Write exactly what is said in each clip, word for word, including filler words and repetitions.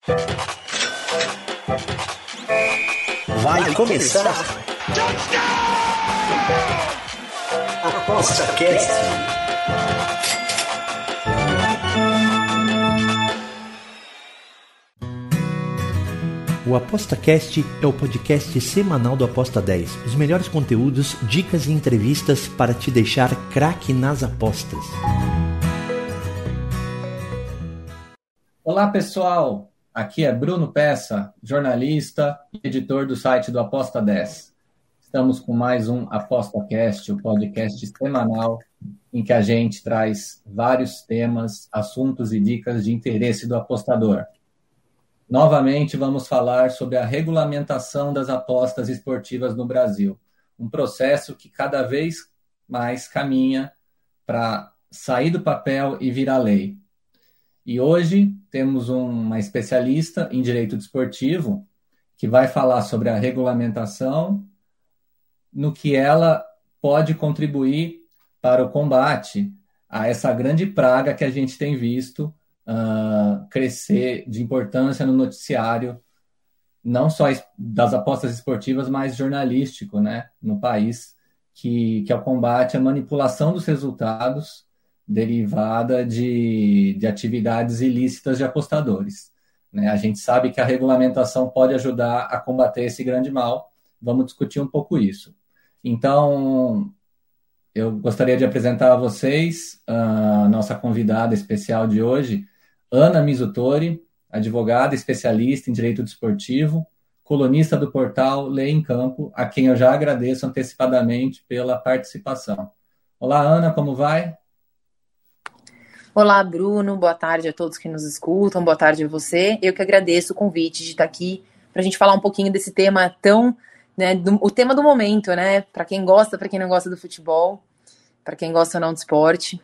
Vai começar. Aposta Cast. O ApostaCast é o podcast semanal do Aposta dez. Os melhores conteúdos, dicas e entrevistas para te deixar craque nas apostas. Olá, pessoal. Aqui é Bruno Peça, jornalista e editor do site do Aposta dez. Estamos com mais um ApostaCast, o podcast semanal em que a gente traz vários temas, assuntos e dicas de interesse do apostador. Novamente, vamos falar sobre a regulamentação das apostas esportivas no Brasil, um processo que cada vez mais caminha para sair do papel e virar lei. E hoje temos uma especialista em direito desportivo que vai falar sobre a regulamentação, no que ela pode contribuir para o combate a essa grande praga que a gente tem visto Uh, crescer de importância no noticiário, não só das apostas esportivas, mas jornalístico, né, no país, que, que é o combate à manipulação dos resultados derivada de, de atividades ilícitas de apostadores. Né? A gente sabe que a regulamentação pode ajudar a combater esse grande mal. Vamos discutir um pouco isso. Então, eu gostaria de apresentar a vocês a nossa convidada especial de hoje, Ana Mizutori, advogada especialista em direito desportivo, colunista do portal Lei em Campo, a quem eu já agradeço antecipadamente pela participação. Olá, Ana, como vai? Olá, Bruno, boa tarde a todos que nos escutam, boa tarde a você. Eu que agradeço o convite de estar aqui para a gente falar um pouquinho desse tema tão, né, do, o tema do momento, né, para quem gosta, para quem não gosta do futebol, para quem gosta ou não de esporte.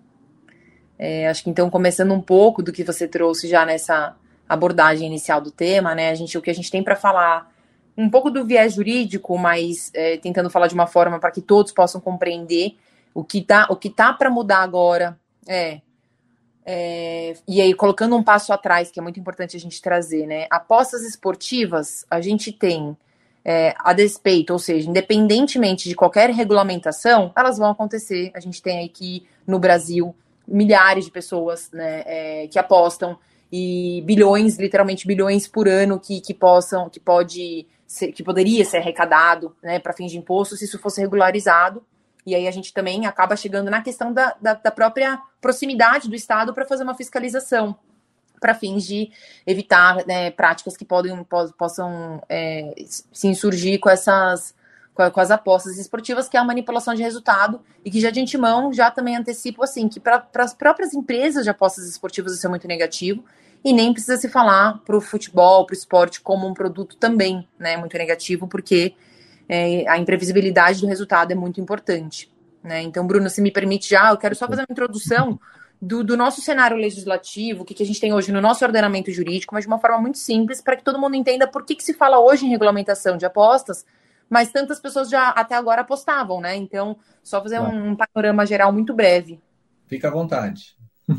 É, acho que então, começando um pouco do que você trouxe já nessa abordagem inicial do tema, né, a gente, o que a gente tem para falar, um pouco do viés jurídico, mas é, tentando falar de uma forma para que todos possam compreender o que tá, o que tá para mudar agora, é, é, e aí colocando um passo atrás, que é muito importante a gente trazer, né, apostas esportivas, a gente tem, é, a despeito, ou seja, independentemente de qualquer regulamentação, elas vão acontecer. A gente tem aqui no Brasil milhares de pessoas, né, é, que apostam, e bilhões, literalmente bilhões por ano que, que possam, que pode ser, que poderia ser arrecadado, né, para fins de imposto se isso fosse regularizado. E aí a gente também acaba chegando na questão da, da, da própria proximidade do Estado para fazer uma fiscalização, para fins de evitar, né, práticas que podem, po- possam é, se insurgir com essas com, com as apostas esportivas, que é a manipulação de resultado, e que já de antemão já também antecipo assim, que para as próprias empresas de apostas esportivas isso é muito negativo, e nem precisa se falar para o futebol, para o esporte como um produto também, né, muito negativo, porque é, a imprevisibilidade do resultado é muito importante. Né? Então, Bruno, se me permite já, eu quero só fazer uma introdução Do, do nosso cenário legislativo, o que, que a gente tem hoje no nosso ordenamento jurídico, mas de uma forma muito simples, para que todo mundo entenda por que, que se fala hoje em regulamentação de apostas, mas tantas pessoas já até agora apostavam, né? Então, só fazer um, um panorama geral muito breve. Fica à vontade.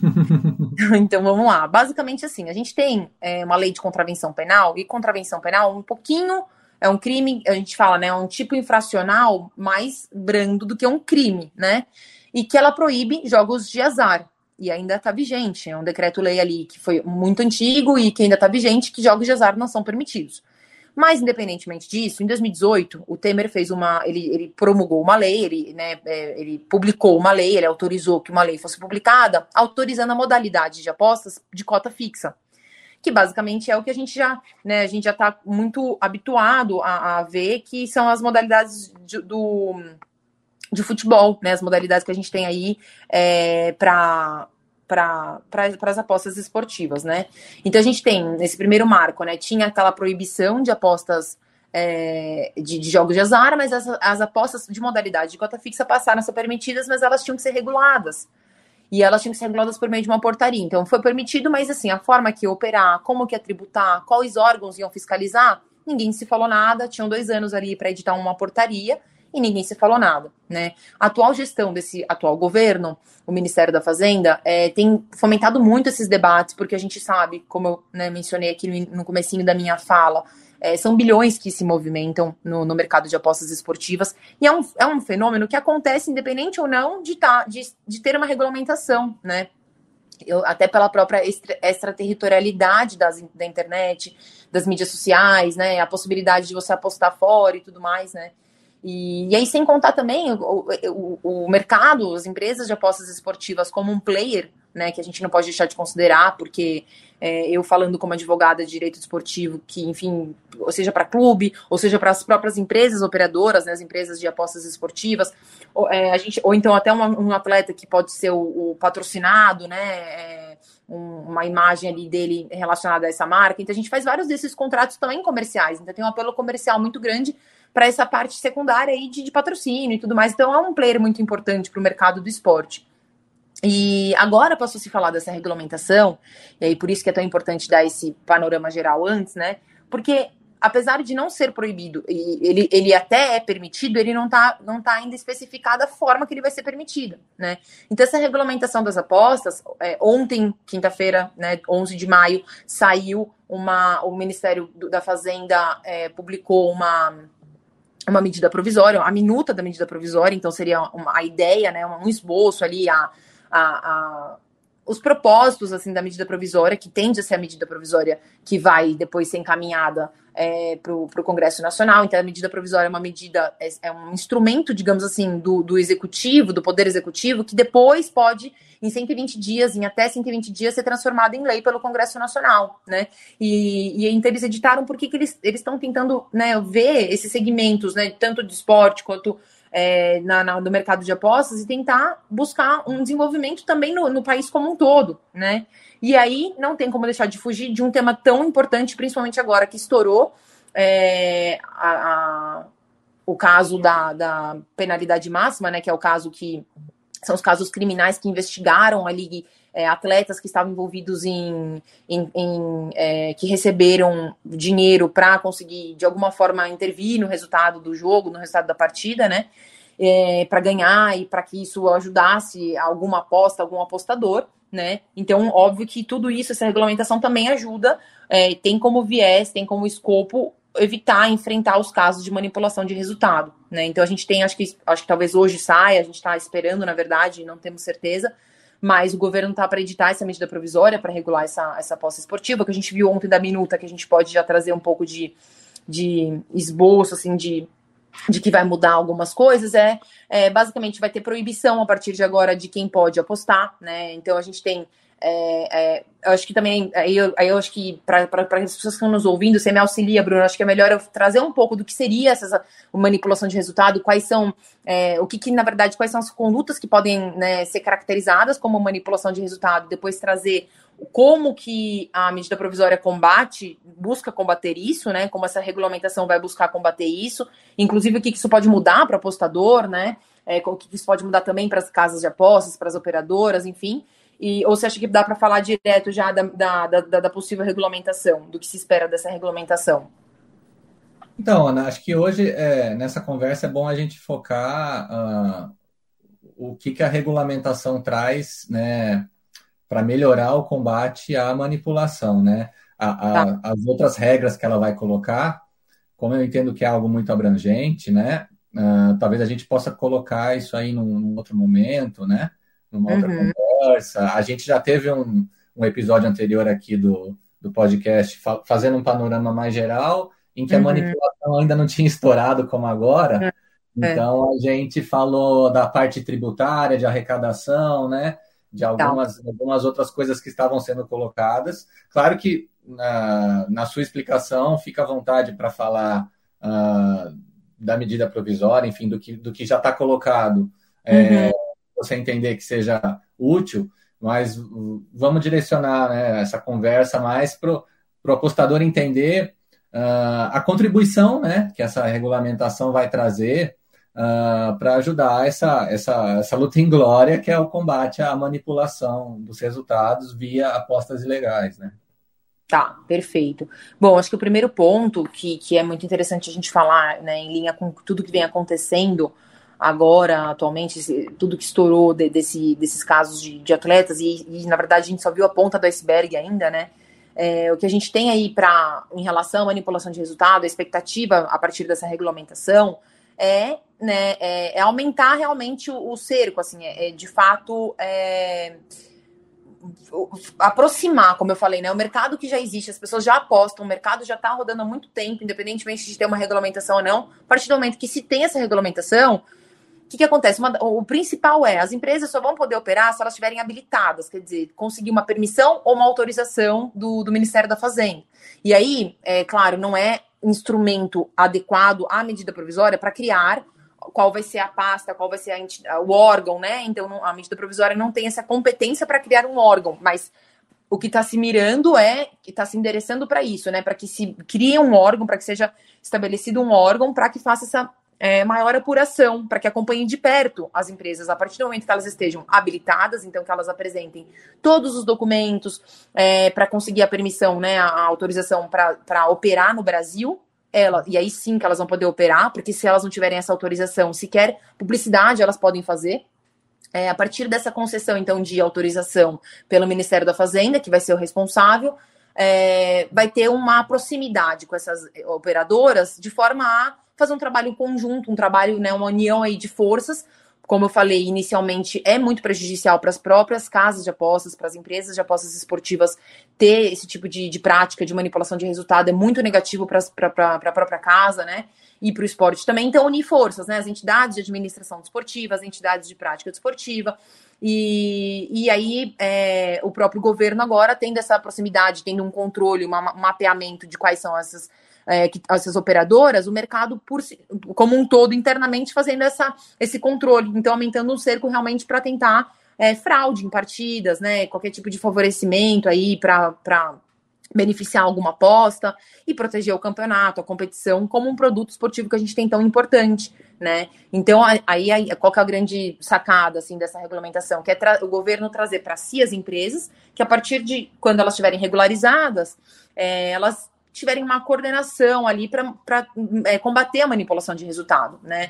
Então, vamos lá. Basicamente, assim, a gente tem é, uma lei de contravenção penal, e contravenção penal um pouquinho, é um crime, a gente fala, né? É um tipo infracional mais brando do que um crime, né? E que ela proíbe jogos de azar. E ainda está vigente, é um decreto-lei ali que foi muito antigo e que ainda está vigente, que jogos de azar não são permitidos. Mas, independentemente disso, em dois mil e dezoito, o Temer fez uma, ele, ele promulgou uma lei, ele, né, é, ele publicou uma lei, ele autorizou que uma lei fosse publicada, autorizando a modalidade de apostas de cota fixa, que basicamente é o que a gente já, né, a gente já está muito habituado a, a ver, que são as modalidades de, do... de futebol, né, as modalidades que a gente tem aí é, para para as apostas esportivas, né? Então a gente tem, nesse primeiro marco, né, tinha aquela proibição de apostas é, de, de jogos de azar, mas as, as apostas de modalidade de cota fixa passaram a ser permitidas, mas elas tinham que ser reguladas. E elas tinham que ser reguladas por meio de uma portaria. Então foi permitido, mas assim, a forma que ia operar, como que ia tributar, quais órgãos iam fiscalizar, ninguém se falou nada, tinham dois anos ali para editar uma portaria, e ninguém se falou nada, né? A atual gestão desse atual governo, o Ministério da Fazenda, é, tem fomentado muito esses debates, porque a gente sabe, como eu, né, mencionei aqui no, no comecinho da minha fala, é, são bilhões que se movimentam no, no mercado de apostas esportivas, e é um, é um fenômeno que acontece independente ou não de, tá, de, de ter uma regulamentação, né? Eu, até pela própria extra, extraterritorialidade das, da internet, das mídias sociais, né, a possibilidade de você apostar fora e tudo mais, né, e, e aí sem contar também o, o, o mercado, as empresas de apostas esportivas como um player, né, que a gente não pode deixar de considerar, porque é, eu falando como advogada de direito esportivo, que enfim, ou seja para clube, ou seja para as próprias empresas operadoras, né, as empresas de apostas esportivas, ou, é, a gente, ou então até uma, um atleta que pode ser o, o patrocinado, né, é, um, uma imagem ali dele relacionada a essa marca, então a gente faz vários desses contratos também comerciais, então tem um apelo comercial muito grande para essa parte secundária aí de, de patrocínio e tudo mais, então é um player muito importante para o mercado do esporte. E agora passou a se falar dessa regulamentação, e aí por isso que é tão importante dar esse panorama geral antes, né? Porque apesar de não ser proibido, e ele, ele até é permitido, ele não está não tá ainda especificada a forma que ele vai ser permitido, né? Então essa regulamentação das apostas, é, ontem, quinta-feira, né, onze de maio, saiu uma, o Ministério da Fazenda é, publicou uma... uma medida provisória, a minuta da medida provisória, então seria uma, a ideia, né, um esboço ali, a, a, a, os propósitos assim, da medida provisória, que tende a ser a medida provisória que vai depois ser encaminhada é, para o Congresso Nacional. Então a medida provisória é uma medida, é, é um instrumento, digamos assim, do, do executivo, do poder executivo, que depois pode, em cento e vinte dias, em até cento e vinte dias, ser transformado em lei pelo Congresso Nacional, né? E, e então eles editaram porque que eles estão tentando, né, ver esses segmentos, né, tanto de esporte quanto é, na, na, no mercado de apostas, e tentar buscar um desenvolvimento também no, no país como um todo, né? E aí não tem como deixar de fugir de um tema tão importante, principalmente agora que estourou é, a, a, o caso da, da penalidade máxima, né, que é o caso que são os casos criminais que investigaram ali é, atletas que estavam envolvidos em, em, em é, que receberam dinheiro para conseguir, de alguma forma, intervir no resultado do jogo, no resultado da partida, né? É, para ganhar e para que isso ajudasse alguma aposta, algum apostador, né? Então, óbvio que tudo isso, essa regulamentação também ajuda, é, tem como viés, tem como escopo evitar enfrentar os casos de manipulação de resultado, né? Então a gente tem, acho que, acho que talvez hoje saia, a gente está esperando, na verdade, não temos certeza, mas o governo está para editar essa medida provisória para regular essa, essa aposta esportiva, que a gente viu ontem da minuta, que a gente pode já trazer um pouco de, de esboço, assim, de, de que vai mudar algumas coisas, é, é basicamente vai ter proibição a partir de agora de quem pode apostar, né? Então a gente tem É, é, eu acho que também, aí eu, aí eu acho que para as pessoas que estão nos ouvindo, você me auxilia, Bruno, acho que é melhor eu trazer um pouco do que seria essa manipulação de resultado, quais são, é, o que, que na verdade, quais são as condutas que podem, né, ser caracterizadas como manipulação de resultado, depois trazer como que a medida provisória combate, busca combater isso, né, como essa regulamentação vai buscar combater isso, inclusive o que, que isso pode mudar para o apostador, né, é, o que, que isso pode mudar também para as casas de apostas, para as operadoras, enfim. E, ou você acha que dá para falar direto já da, da, da, da possível regulamentação, do que se espera dessa regulamentação? Então, Ana, acho que hoje, é, nessa conversa, é bom a gente focar uh, o que, que a regulamentação traz, né, para melhorar o combate à manipulação, né? A, a, tá. As outras regras que ela vai colocar, como eu entendo que é algo muito abrangente, né, uh, talvez a gente possa colocar isso aí num, num outro momento, né? Numa outra uhum. conversa. A gente já teve um, um episódio anterior aqui do, do podcast fa- fazendo um panorama mais geral, em que uhum. a manipulação ainda não tinha estourado como agora. É. Então, a gente falou da parte tributária, de arrecadação, né? De algumas, algumas outras coisas que estavam sendo colocadas. Claro que, na, na sua explicação, fica à vontade para falar uh, da medida provisória, enfim, do que, do que já está colocado. É, uhum. Você entender que seja útil, mas vamos direcionar, né, essa conversa mais para o apostador entender uh, a contribuição, né, que essa regulamentação vai trazer uh, para ajudar essa, essa, essa luta em glória, que é o combate à manipulação dos resultados via apostas ilegais, né? Tá, perfeito. Bom, acho que o primeiro ponto que, que é muito interessante a gente falar, né, em linha com tudo que vem acontecendo agora, atualmente, tudo que estourou de, desse, desses casos de, de atletas, e, e, na verdade, a gente só viu a ponta do iceberg ainda, né? É, o que a gente tem aí para, em relação à manipulação de resultado, a expectativa a partir dessa regulamentação é, né, é, é aumentar realmente o, o cerco, assim, é, é de fato... É, aproximar, como eu falei, né? O mercado que já existe, as pessoas já apostam, o mercado já está rodando há muito tempo, independentemente de ter uma regulamentação ou não. A partir do momento que se tem essa regulamentação, o que, que acontece? Uma, o principal é, as empresas só vão poder operar se elas estiverem habilitadas, quer dizer, conseguir uma permissão ou uma autorização do, do Ministério da Fazenda. E aí, é claro, não é instrumento adequado à medida provisória para criar qual vai ser a pasta, qual vai ser a, o órgão, né? Então, não, a medida provisória não tem essa competência para criar um órgão, mas o que está se mirando é, que está se endereçando para isso, né? Para que se crie um órgão, para que seja estabelecido um órgão, para que faça essa é, maior apuração, para que acompanhem de perto as empresas, a partir do momento que elas estejam habilitadas, então que elas apresentem todos os documentos é, para conseguir a permissão, né? A, a autorização para operar no Brasil. Ela, e aí sim que elas vão poder operar, porque se elas não tiverem essa autorização, sequer publicidade elas podem fazer. É, a partir dessa concessão, então, de autorização pelo Ministério da Fazenda, que vai ser o responsável, é, vai ter uma proximidade com essas operadoras, de forma a fazer um trabalho conjunto, um trabalho, né, uma união aí de forças. Como eu falei inicialmente, é muito prejudicial para as próprias casas de apostas, para as empresas de apostas esportivas ter esse tipo de, de prática de manipulação de resultado, é muito negativo para a própria casa, né? E para o esporte também. Então, unir forças, né? As entidades de administração desportiva, as entidades de prática desportiva, e, e aí é, o próprio governo agora tendo essa proximidade, tendo um controle, uma, um mapeamento de quais são essas. É, que, essas operadoras, o mercado por, como um todo, internamente, fazendo essa, esse controle, então aumentando um cerco realmente para tentar é, fraude em partidas, né, qualquer tipo de favorecimento aí para beneficiar alguma aposta e proteger o campeonato, a competição, como um produto esportivo que a gente tem tão importante, né? Então, aí, aí qual que é a grande sacada, assim, dessa regulamentação? Que é o governo trazer para si as empresas, que a partir de quando elas estiverem regularizadas, é, elas tiverem uma coordenação ali para é, combater a manipulação de resultado, né?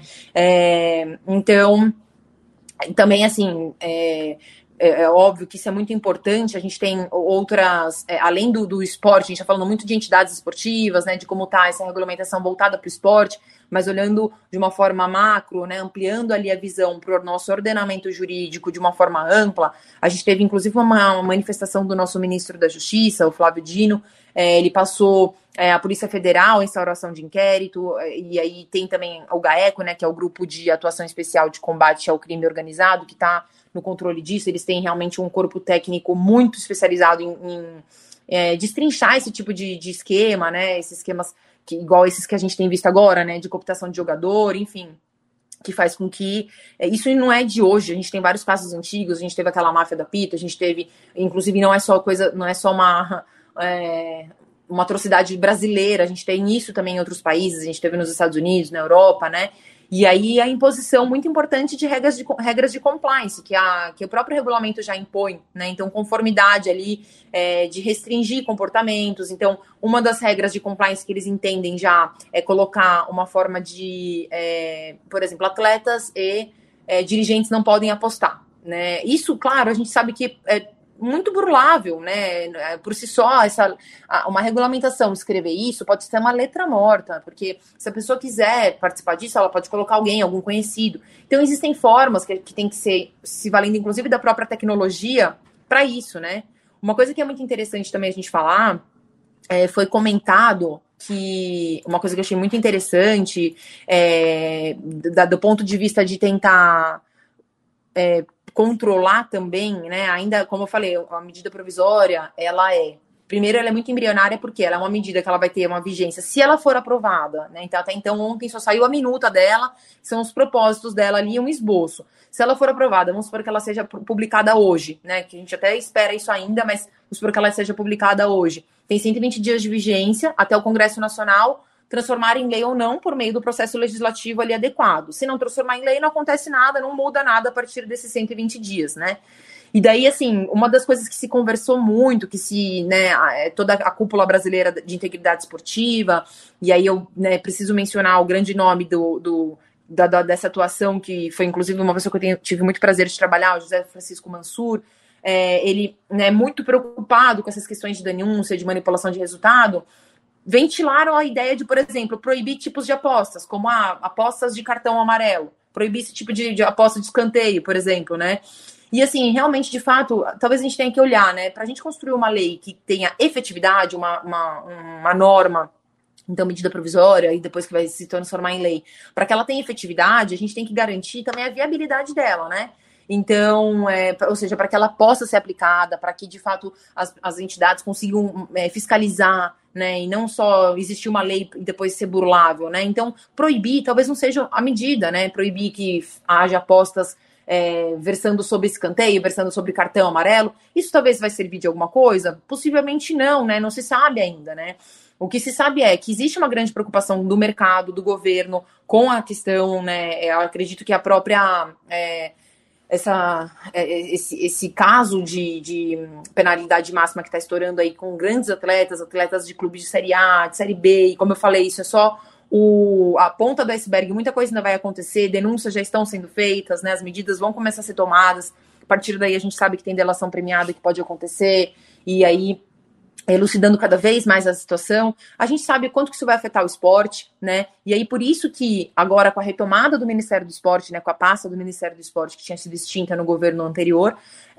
É, então, também, assim, é, é, é óbvio que isso é muito importante. A gente tem outras, é, além do, do esporte, a gente está falando muito de entidades esportivas, né? De como está essa regulamentação voltada para o esporte, mas olhando de uma forma macro, né, ampliando ali a visão para o nosso ordenamento jurídico de uma forma ampla. A gente teve, inclusive, uma, uma manifestação do nosso ministro da Justiça, o Flávio Dino. É, ele passou é, a Polícia Federal, a instauração de inquérito, e aí tem também o GAECO, né, que é o Grupo de Atuação Especial de Combate ao Crime Organizado, que está no controle disso. Eles têm realmente um corpo técnico muito especializado em, em é, destrinchar esse tipo de, de esquema, né, esses esquemas que, igual esses que a gente tem visto agora, né, de cooptação de jogador, enfim, que faz com que... É, isso não é de hoje, a gente tem vários casos antigos, a gente teve aquela máfia da Pita, a gente teve, inclusive, não é só coisa, não é só uma... É, uma atrocidade brasileira, a gente tem isso também em outros países, a gente teve nos Estados Unidos, na Europa, né? E aí a imposição muito importante de regras de, regras de compliance, que, a, que o próprio regulamento já impõe, né? Então, conformidade ali é, de restringir comportamentos. Então, uma das regras de compliance que eles entendem já é colocar uma forma de, é, por exemplo, atletas e é, dirigentes não podem apostar, né? Isso, claro, a gente sabe que é muito burlável, né? Por si só, essa, uma regulamentação escrever isso pode ser uma letra morta, porque se a pessoa quiser participar disso, ela pode colocar alguém, algum conhecido. Então, existem formas que, que tem que ser, se valendo inclusive da própria tecnologia, para isso, né? Uma coisa que é muito interessante também a gente falar, é, foi comentado que uma coisa que eu achei muito interessante, é, da, do ponto de vista de tentar é, controlar também, né, ainda, como eu falei, a medida provisória, ela é, primeiro, ela é muito embrionária, porque ela é uma medida que ela vai ter uma vigência, se ela for aprovada, né, então até então ontem só saiu a minuta dela, são os propósitos dela ali, um esboço. Se ela for aprovada, vamos supor que ela seja publicada hoje, né, que a gente até espera isso ainda, mas vamos supor que ela seja publicada hoje. Tem cento e vinte dias de vigência até o Congresso Nacional transformar em lei ou não por meio do processo legislativo ali adequado. Se não transformar em lei, não acontece nada, não muda nada a partir desses cento e vinte dias, né? E daí, assim, uma das coisas que se conversou muito, que se, né, toda a cúpula brasileira de integridade esportiva, e aí eu, né, preciso mencionar o grande nome do, do, da, da, dessa atuação, que foi inclusive uma pessoa que eu tenho, tive muito prazer de trabalhar, o José Francisco Mansur, é, ele é né, muito preocupado com essas questões de denúncia, de manipulação de resultado, ventilaram a ideia de, por exemplo, proibir tipos de apostas, como a, apostas de cartão amarelo, proibir esse tipo de, de aposta de escanteio, por exemplo, né? E assim, realmente, de fato, talvez a gente tenha que olhar, né? Para a gente construir uma lei que tenha efetividade, uma, uma, uma norma, então medida provisória, e depois que vai se transformar em lei, para que ela tenha efetividade, a gente tem que garantir também a viabilidade dela, né? Então, é, ou seja, para que ela possa ser aplicada, para que, de fato, as, as entidades consigam é, fiscalizar, né, e não só existir uma lei e depois ser burlável, né? Então, proibir talvez não seja a medida, né? Proibir que haja apostas é, versando sobre escanteio, versando sobre cartão amarelo, isso talvez vai servir de alguma coisa? Possivelmente não, né? Não se sabe ainda, né? O que se sabe é que existe uma grande preocupação do mercado, do governo, com a questão, né? Eu acredito que a própria... É, essa, esse, esse caso de, de penalidade máxima que está estourando aí com grandes atletas, atletas de clubes de Série A, de Série B, e como eu falei, isso é só o, a ponta do iceberg, muita coisa ainda vai acontecer, denúncias já estão sendo feitas, né, as medidas vão começar a ser tomadas, a partir daí a gente sabe que tem delação premiada que pode acontecer, e aí elucidando cada vez mais a situação, a gente sabe quanto que isso vai afetar o esporte, né, e aí por isso que agora com a retomada do Ministério do Esporte, né, com a pasta do Ministério do Esporte que tinha sido extinta no governo anterior,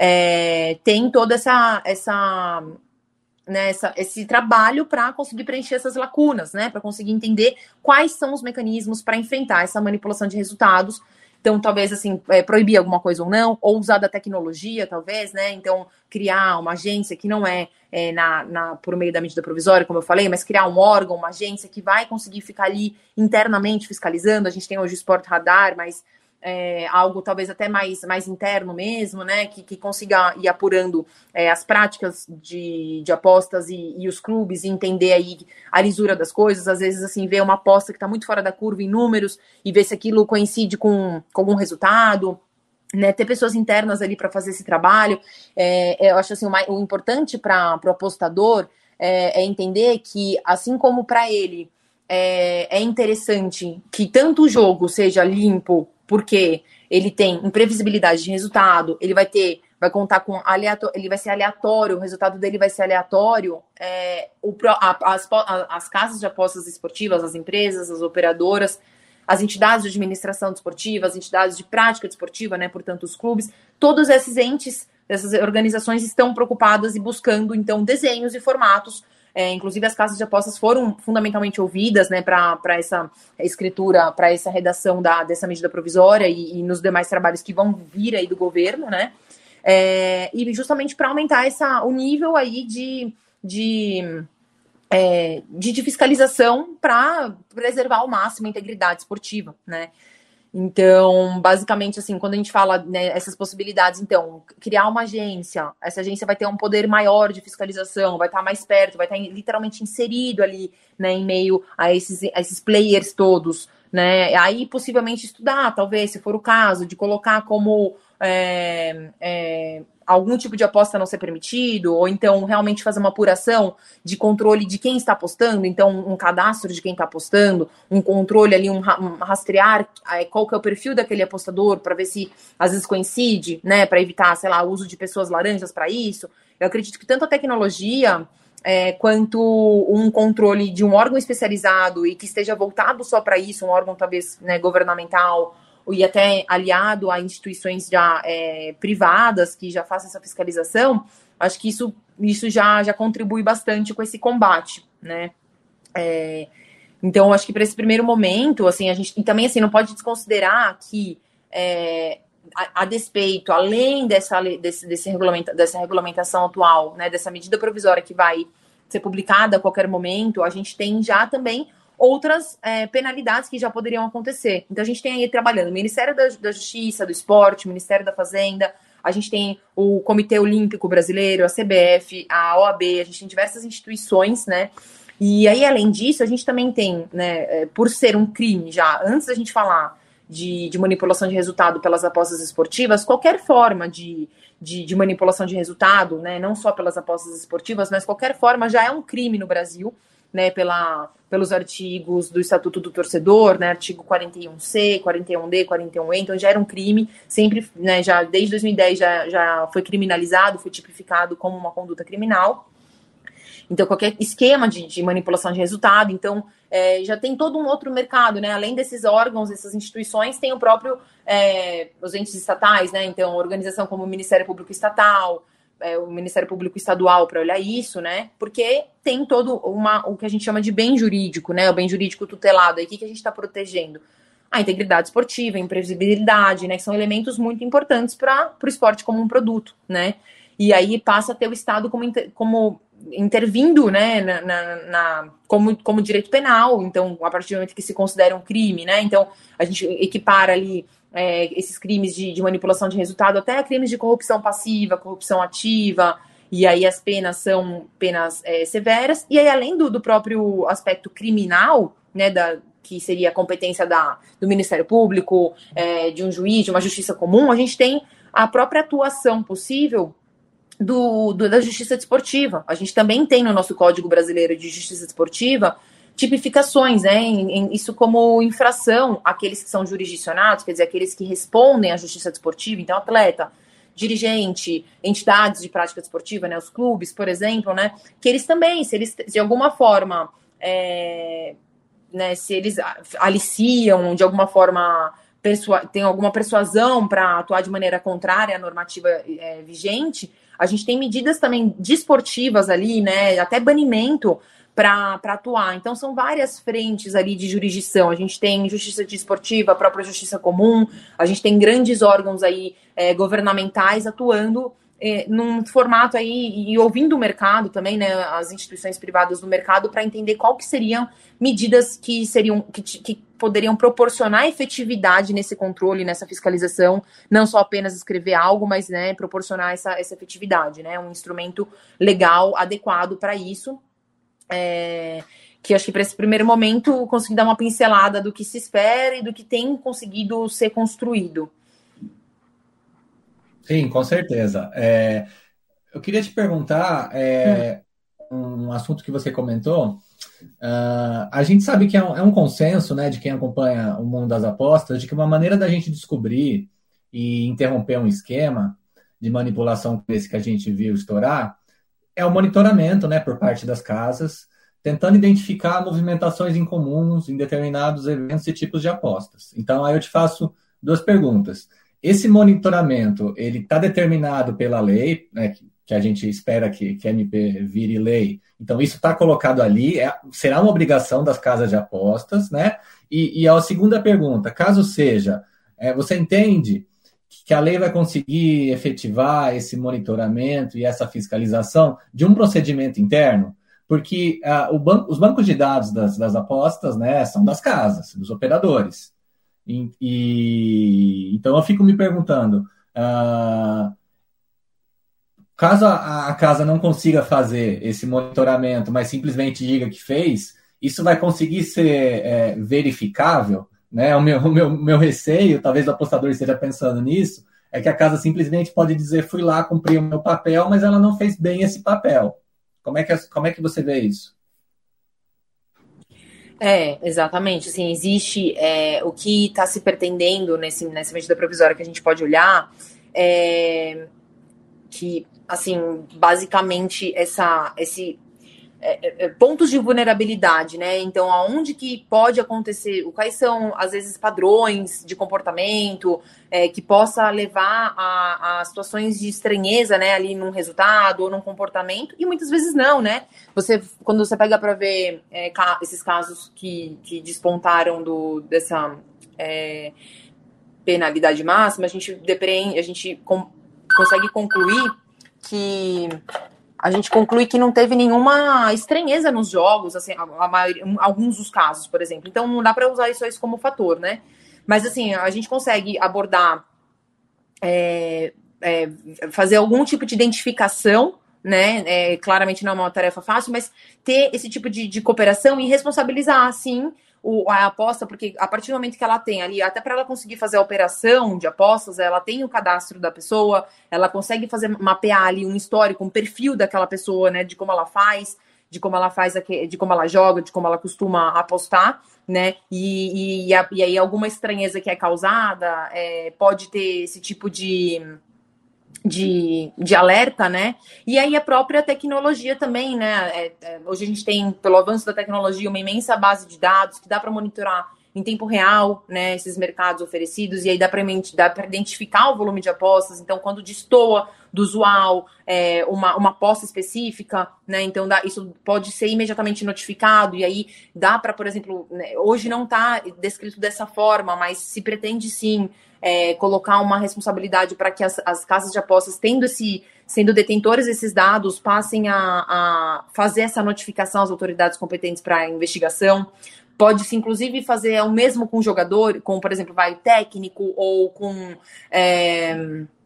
é, tem toda essa, essa, né, essa esse trabalho para conseguir preencher essas lacunas, né, para conseguir entender quais são os mecanismos para enfrentar essa manipulação de resultados. Então, talvez, assim, é, proibir alguma coisa ou não, ou usar da tecnologia, talvez, né? Então, criar uma agência que não é, é na, na, por meio da medida provisória, como eu falei, mas criar um órgão, uma agência que vai conseguir ficar ali internamente fiscalizando. A gente tem hoje o Sport Radar, mas é, algo talvez até mais, mais interno mesmo, né? Que, que consiga ir apurando é, as práticas de, de apostas e, e os clubes e entender aí a lisura das coisas. Às vezes, assim, ver uma aposta que está muito fora da curva em números e ver se aquilo coincide com, com algum resultado, né? Ter pessoas internas ali para fazer esse trabalho. É, eu acho assim, o, mais, o importante para o apostador é, é entender que, assim como para ele é, é interessante que tanto o jogo seja limpo, porque ele tem imprevisibilidade de resultado, ele vai ter, vai contar com aleatório, ele vai ser aleatório, o resultado dele vai ser aleatório. É, o, a, as, as casas de apostas esportivas, as empresas, as operadoras, as entidades de administração desportiva, as entidades de prática desportiva, né, portanto, os clubes, todos esses entes, essas organizações estão preocupadas e buscando, então, desenhos e formatos. É, inclusive, as casas de apostas foram fundamentalmente ouvidas, né, para essa escritura, para essa redação da, dessa medida provisória e, e nos demais trabalhos que vão vir aí do governo, né, é, e justamente para aumentar essa, o nível aí de, de, é, de, de fiscalização para preservar ao máximo a integridade esportiva, né. Então, basicamente, assim, quando a gente fala, né, essas possibilidades, então, criar uma agência, essa agência vai ter um poder maior de fiscalização, vai estar mais perto, vai estar literalmente inserido ali, né, em meio a esses, a esses players todos, né, aí possivelmente estudar, talvez, se for o caso, de colocar como é, é, algum tipo de aposta não ser permitido, ou então realmente fazer uma apuração de controle de quem está apostando, então um cadastro de quem está apostando, um controle ali, um, um rastrear qual que é o perfil daquele apostador, para ver se às vezes coincide, né, para evitar, sei lá, o uso de pessoas laranjas para isso. Eu acredito que tanto a tecnologia é, quanto um controle de um órgão especializado e que esteja voltado só para isso, um órgão talvez, né, governamental, e até aliado a instituições já é, privadas que já façam essa fiscalização, acho que isso, isso já, já contribui bastante com esse combate, né? É, então, acho que para esse primeiro momento, assim, a gente, e também assim, não pode desconsiderar que é, a, a despeito, além dessa, desse, desse regulamenta, dessa regulamentação atual, né, dessa medida provisória que vai ser publicada a qualquer momento, a gente tem já também outras é, penalidades que já poderiam acontecer. Então, a gente tem aí trabalhando o Ministério da, da Justiça, do Esporte, o Ministério da Fazenda, a gente tem o Comitê Olímpico Brasileiro, a C B F, a O A B, a gente tem diversas instituições, né? E aí, além disso, a gente também tem, né, por ser um crime já, antes da gente falar de, de manipulação de resultado pelas apostas esportivas, qualquer forma de, de, de manipulação de resultado, né, não só pelas apostas esportivas, mas de qualquer forma já é um crime no Brasil, né, pela, pelos artigos do Estatuto do Torcedor, né, artigo quarenta e um C, quarenta e um D, quarenta e um E, então já era um crime, sempre, né, já desde dois mil e dez já, já foi criminalizado, foi tipificado como uma conduta criminal. Então, qualquer esquema de, de manipulação de resultado, então, é, já tem todo um outro mercado, né? Além desses órgãos, dessas instituições, tem o próprio, é, os entes estatais, né? Então, organização como o Ministério Público Estatal, é, o Ministério Público Estadual para olhar isso, né? Porque tem todo uma, o que a gente chama de bem jurídico, né? O bem jurídico tutelado. Aí, o que, que a gente está protegendo? A integridade esportiva, a imprevisibilidade, né? Que são elementos muito importantes para o esporte como um produto, né? E aí passa a ter o Estado como, como intervindo, né, na, na, na, como, como direito penal, então, a partir do momento que se considera um crime, né, então, a gente equipara ali é, esses crimes de, de manipulação de resultado até crimes de corrupção passiva, corrupção ativa, e aí as penas são penas é, severas, e aí além do, do próprio aspecto criminal, né, da, que seria a competência da, do Ministério Público, é, de um juiz, de uma justiça comum, a gente tem a própria atuação possível Do, do, da justiça desportiva. A gente também tem no nosso Código Brasileiro de Justiça Desportiva tipificações, né, em, em, isso como infração àqueles que são jurisdicionados, quer dizer, aqueles que respondem à justiça desportiva, então atleta, dirigente, entidades de prática desportiva, né, os clubes, por exemplo, né, que eles também, se eles de alguma forma, é, né, se eles aliciam, de alguma forma persua- tem alguma persuasão para atuar de maneira contrária à normativa é, vigente, a gente tem medidas também desportivas ali, né, até banimento para atuar. Então, são várias frentes ali de jurisdição. A gente tem justiça desportiva, a própria justiça comum, a gente tem grandes órgãos aí é, governamentais atuando é, num formato aí, e ouvindo o mercado também, né, as instituições privadas do mercado, para entender qual que seriam medidas que seriam que, que poderiam proporcionar efetividade nesse controle, nessa fiscalização, não só apenas escrever algo, mas, né, proporcionar essa, essa efetividade, né, um instrumento legal, adequado para isso. É, que acho que para esse primeiro momento consegui dar uma pincelada do que se espera e do que tem conseguido ser construído. Sim, com certeza. É, eu queria te perguntar é, hum. um assunto que você comentou. Uh, a gente sabe que é um, é um consenso, né, de quem acompanha o mundo das apostas, de que uma maneira da gente descobrir e interromper um esquema de manipulação como esse que a gente viu estourar é o monitoramento, né, por parte das casas, tentando identificar movimentações incomuns em determinados eventos e tipos de apostas. Então, aí eu te faço duas perguntas. Esse monitoramento, ele está determinado pela lei, né, que, que a gente espera que, que a M P vire lei. Então, isso está colocado ali, é, será uma obrigação das casas de apostas, né? E, e a segunda pergunta, caso seja, é, você entende que a lei vai conseguir efetivar esse monitoramento e essa fiscalização de um procedimento interno? Porque uh, o ban- os bancos de dados das, das apostas, né, são das casas, dos operadores. E, e, então, eu fico me perguntando, uh, caso a, a casa não consiga fazer esse monitoramento, mas simplesmente diga que fez, isso vai conseguir ser é, verificável? Né? O, meu, o meu, meu receio, talvez o apostador esteja pensando nisso, é que a casa simplesmente pode dizer, fui lá, cumpri o meu papel, mas ela não fez bem esse papel. Como é que, como é que você vê isso? É, exatamente. Assim, existe é, o que está se pretendendo nesse, nessa medida provisória que a gente pode olhar, é, que, assim, basicamente, essa, esse... É, é, pontos de vulnerabilidade, né? Então, aonde que pode acontecer, quais são, às vezes, padrões de comportamento é, que possa levar a, a situações de estranheza, né? Ali num resultado ou num comportamento, e muitas vezes não, né? Você, quando você pega para ver é, ca- esses casos que, que despontaram do, dessa é, penalidade máxima, a gente, depreende, a gente com, consegue concluir que a gente conclui que não teve nenhuma estranheza nos jogos, assim, a, a maioria, alguns dos casos, por exemplo. Então, não dá para usar isso, isso como fator, né? Mas, assim, a gente consegue abordar, é, é, fazer algum tipo de identificação, né? É, claramente não é uma tarefa fácil, mas ter esse tipo de, de cooperação e responsabilizar, assim, o, a aposta, porque a partir do momento que ela tem ali, até para ela conseguir fazer a operação de apostas, ela tem o cadastro da pessoa, ela consegue fazer, mapear ali um histórico, um perfil daquela pessoa, né, de como ela faz, de como ela faz, de como ela joga, de como ela costuma apostar, né, e, e, e aí alguma estranheza que é causada, é, pode ter esse tipo de... De, de alerta, né? E aí a própria tecnologia também, né? É, é, hoje a gente tem, pelo avanço da tecnologia, uma imensa base de dados que dá para monitorar em tempo real, né? Esses mercados oferecidos, e aí dá para identificar o volume de apostas. Então, quando destoa do usual é, uma, uma aposta específica, né? Então, dá, isso pode ser imediatamente notificado, e aí dá para, por exemplo, né, hoje não está descrito dessa forma, mas se pretende sim. É, colocar uma responsabilidade para que as, as casas de apostas, tendo esse, sendo detentores desses dados, passem a, a fazer essa notificação às autoridades competentes para a investigação. Pode-se, inclusive, fazer o mesmo com o jogador, com, por exemplo, vai técnico ou com é,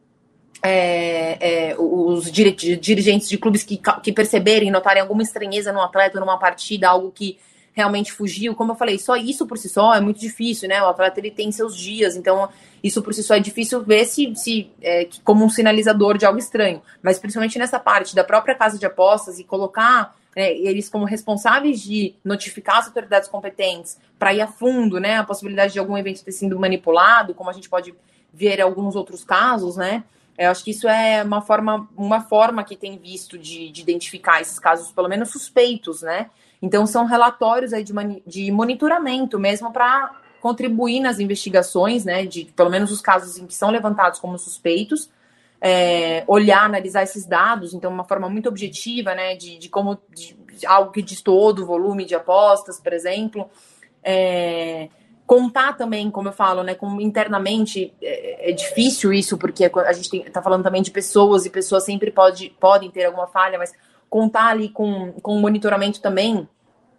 é, é, os dirigentes de clubes que, que perceberem, notarem alguma estranheza no atleta, numa partida, algo que realmente fugiu. Como eu falei, só isso por si só é muito difícil, né? O atleta, ele tem seus dias, então isso por si só é difícil ver se, se é, como um sinalizador de algo estranho. Mas principalmente nessa parte da própria casa de apostas e colocar é, eles como responsáveis de notificar as autoridades competentes para ir a fundo, né? A possibilidade de algum evento ter sido manipulado, como a gente pode ver em alguns outros casos, né? Eu acho que isso é uma forma, uma forma que tem visto de, de identificar esses casos, pelo menos suspeitos, né? Então, são relatórios aí de, mani- de monitoramento mesmo para contribuir nas investigações, né? De pelo menos os casos em que são levantados como suspeitos, é, olhar, analisar esses dados, então, uma forma muito objetiva, né? De, de como de, de algo que distoou do volume de apostas, por exemplo. É, contar também, como eu falo, né? Como internamente é, é difícil isso, porque a gente está falando também de pessoas e pessoas sempre pode, podem ter alguma falha, mas contar ali com, com o monitoramento também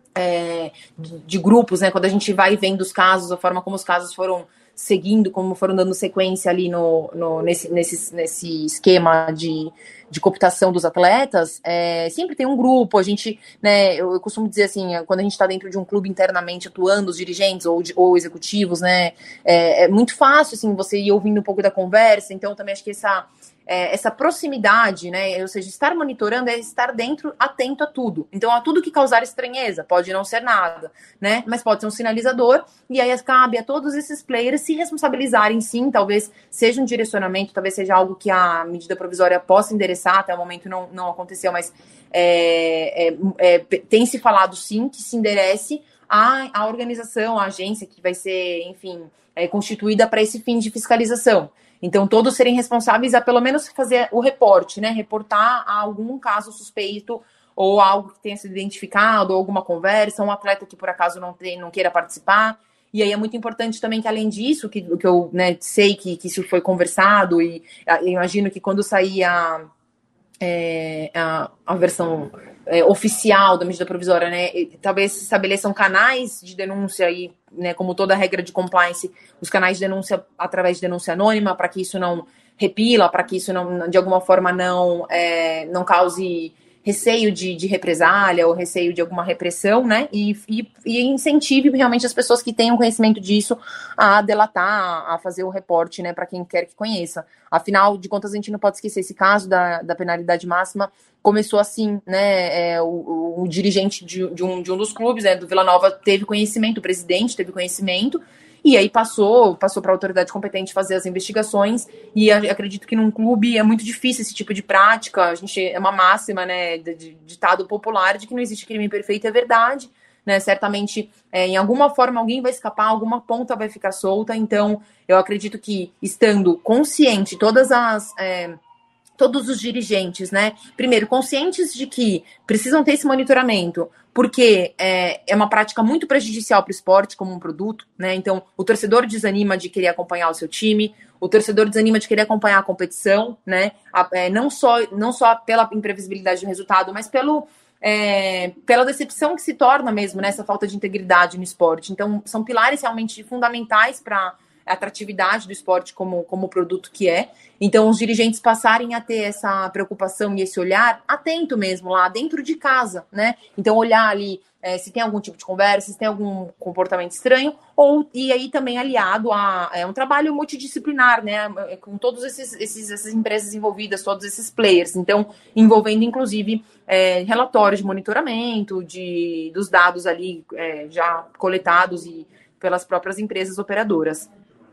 é, de, de grupos, né? Quando a gente vai vendo os casos, a forma como os casos foram seguindo, como foram dando sequência ali no, no, nesse, nesse, nesse esquema de, de cooptação dos atletas, é, sempre tem um grupo, a gente, né, eu, eu costumo dizer assim, quando a gente está dentro de um clube internamente atuando, os dirigentes ou, de, ou executivos, né, é, é muito fácil, assim, você ir ouvindo um pouco da conversa, então também acho que essa... É, essa proximidade, né, ou seja, estar monitorando é estar dentro, atento a tudo. Então, a tudo que causar estranheza, pode não ser nada, né, mas pode ser um sinalizador, e aí cabe a todos esses players se responsabilizarem, sim, talvez seja um direcionamento, talvez seja algo que a medida provisória possa endereçar, até o momento não, não aconteceu, mas é, é, é, tem se falado, sim, que se enderece a, a organização, a agência que vai ser, enfim, é, constituída para esse fim de fiscalização. Então, todos serem responsáveis a, pelo menos, fazer o reporte, né? Reportar a algum caso suspeito ou algo que tenha sido identificado, ou alguma conversa, um atleta que, por acaso, não, tem, não queira participar. E aí é muito importante também que, além disso, que, que eu né, sei que, que isso foi conversado, e eu imagino que quando sair a, é, a, a versão é, oficial da medida provisória, né, talvez se estabeleçam canais de denúncia e, né, como toda regra de compliance, os canais de denúncia através de denúncia anônima, para que isso não repila, para que isso não, de alguma forma não, é, não cause receio de, de represália ou receio de alguma repressão, né, e, e, e incentive realmente as pessoas que tenham conhecimento disso a delatar, a fazer o reporte, né, para quem quer que conheça. Afinal de contas, a gente não pode esquecer esse caso da, da penalidade máxima, começou assim, né, é, o, o, o dirigente de, de, um, de um dos clubes, né, do Vila Nova, teve conhecimento, o presidente teve conhecimento, e aí passou, passou para a autoridade competente fazer as investigações, e acredito que num clube é muito difícil esse tipo de prática, a gente, é uma máxima, né, de, de ditado popular, de que não existe crime perfeito, é verdade, né, certamente, é, em alguma forma alguém vai escapar, alguma ponta vai ficar solta, então eu acredito que, estando consciente, todas as... É, todos os dirigentes, né, primeiro, conscientes de que precisam ter esse monitoramento, porque é, é uma prática muito prejudicial para o esporte como um produto, né, então o torcedor desanima de querer acompanhar o seu time, o torcedor desanima de querer acompanhar a competição, né, a, é, não, só, não só pela imprevisibilidade do resultado, mas pelo, é, pela decepção que se torna mesmo, né, essa falta de integridade no esporte. Então, são pilares realmente fundamentais para a atratividade do esporte como, como produto que é. Então, os dirigentes passarem a ter essa preocupação e esse olhar atento mesmo lá dentro de casa, né? Então, olhar ali é, se tem algum tipo de conversa, se tem algum comportamento estranho, ou e aí também aliado a é um trabalho multidisciplinar, né? Com todos esses, esses essas empresas envolvidas, todos esses players. Então, envolvendo inclusive é, relatórios de monitoramento de, dos dados ali é, já coletados e pelas próprias empresas operadoras.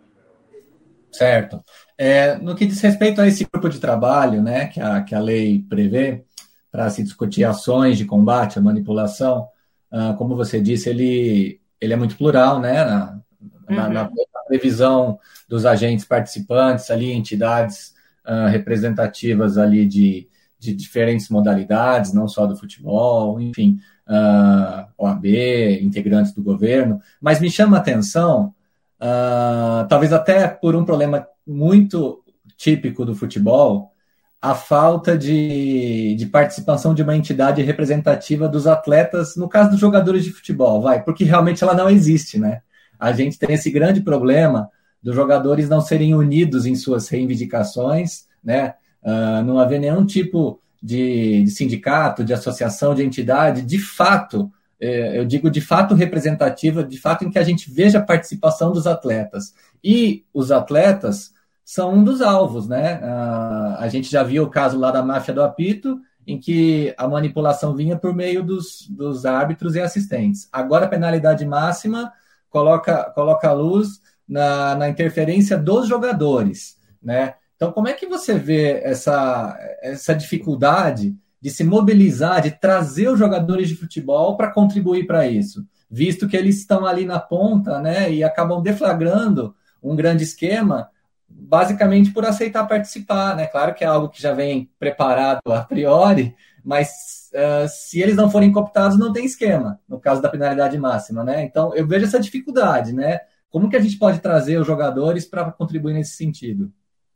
Certo. É, no que diz respeito a esse grupo de trabalho, né, que a, que a lei prevê para se discutir ações de combate à manipulação, uh, como você disse, ele, ele é muito plural, né, na, uhum. na, na previsão dos agentes participantes, ali, entidades uh, representativas ali de, de diferentes modalidades, não só do futebol, enfim, uh, O A B, integrantes do governo, mas me chama a atenção, Uh, talvez até por um problema muito típico do futebol, a falta de, de participação de uma entidade representativa dos atletas, no caso dos jogadores de futebol, vai, porque realmente ela não existe, né? A gente tem esse grande problema dos jogadores não serem unidos em suas reivindicações, né? Uh, não haver nenhum tipo de, de sindicato, de associação, de entidade, de fato, eu digo de fato representativa, de fato em que a gente veja a participação dos atletas. E os atletas são um dos alvos, né? A gente já viu o caso lá da máfia do apito, em que a manipulação vinha por meio dos, dos árbitros e assistentes. Agora a penalidade máxima coloca, coloca a luz na, na interferência dos jogadores, né? Então, como é que você vê essa, essa dificuldade de se mobilizar, de trazer os jogadores de futebol para contribuir para isso, visto que eles estão ali na ponta, né, e acabam deflagrando um grande esquema, basicamente por aceitar participar, né? Claro que é algo que já vem preparado a priori, mas uh, se eles não forem cooptados, não tem esquema, no caso da penalidade máxima, né? Então, eu vejo essa dificuldade, né? Como que a gente pode trazer os jogadores para contribuir nesse sentido?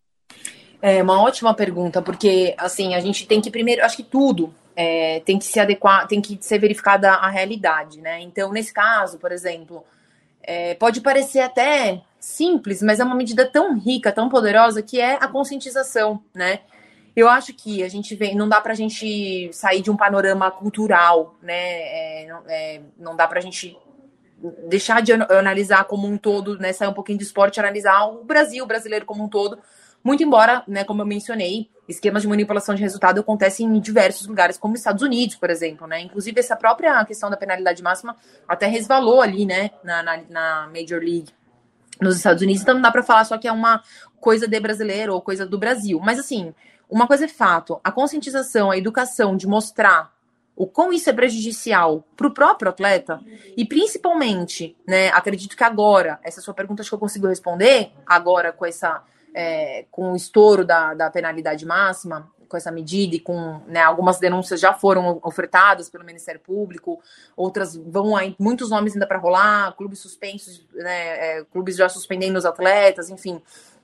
É uma ótima pergunta, porque assim, a gente tem que primeiro, acho que tudo é, tem que se adequar, tem que ser verificada a realidade, né? Então, nesse caso, por exemplo, é, pode parecer até simples, mas é uma medida tão rica, tão poderosa, que é a conscientização, né? Eu acho que a gente vem, não dá pra gente sair de um panorama cultural, né? É, não, é, não dá pra gente deixar de analisar como um todo, né? Sair um pouquinho de esporte e analisar o Brasil, o brasileiro como um todo. Muito embora, né, como eu mencionei, esquemas de manipulação de resultado acontecem em diversos lugares, como os Estados Unidos, por exemplo, né? Inclusive, essa própria questão da penalidade máxima até resvalou ali, né, na, na, na Major League nos Estados Unidos. Então, não dá para falar só que é uma coisa de brasileiro ou coisa do Brasil. Mas, assim, uma coisa é fato. A conscientização, a educação de mostrar o quão isso é prejudicial para o próprio atleta e, principalmente, né, acredito que agora, essa sua pergunta acho que eu consigo responder agora com essa... É, com o estouro da, da penalidade máxima, com essa medida e com, né, algumas denúncias já foram ofertadas pelo Ministério Público, outras vão aí, muitos nomes ainda para rolar, clubes suspensos, né, é, clubes já suspendendo os atletas, enfim.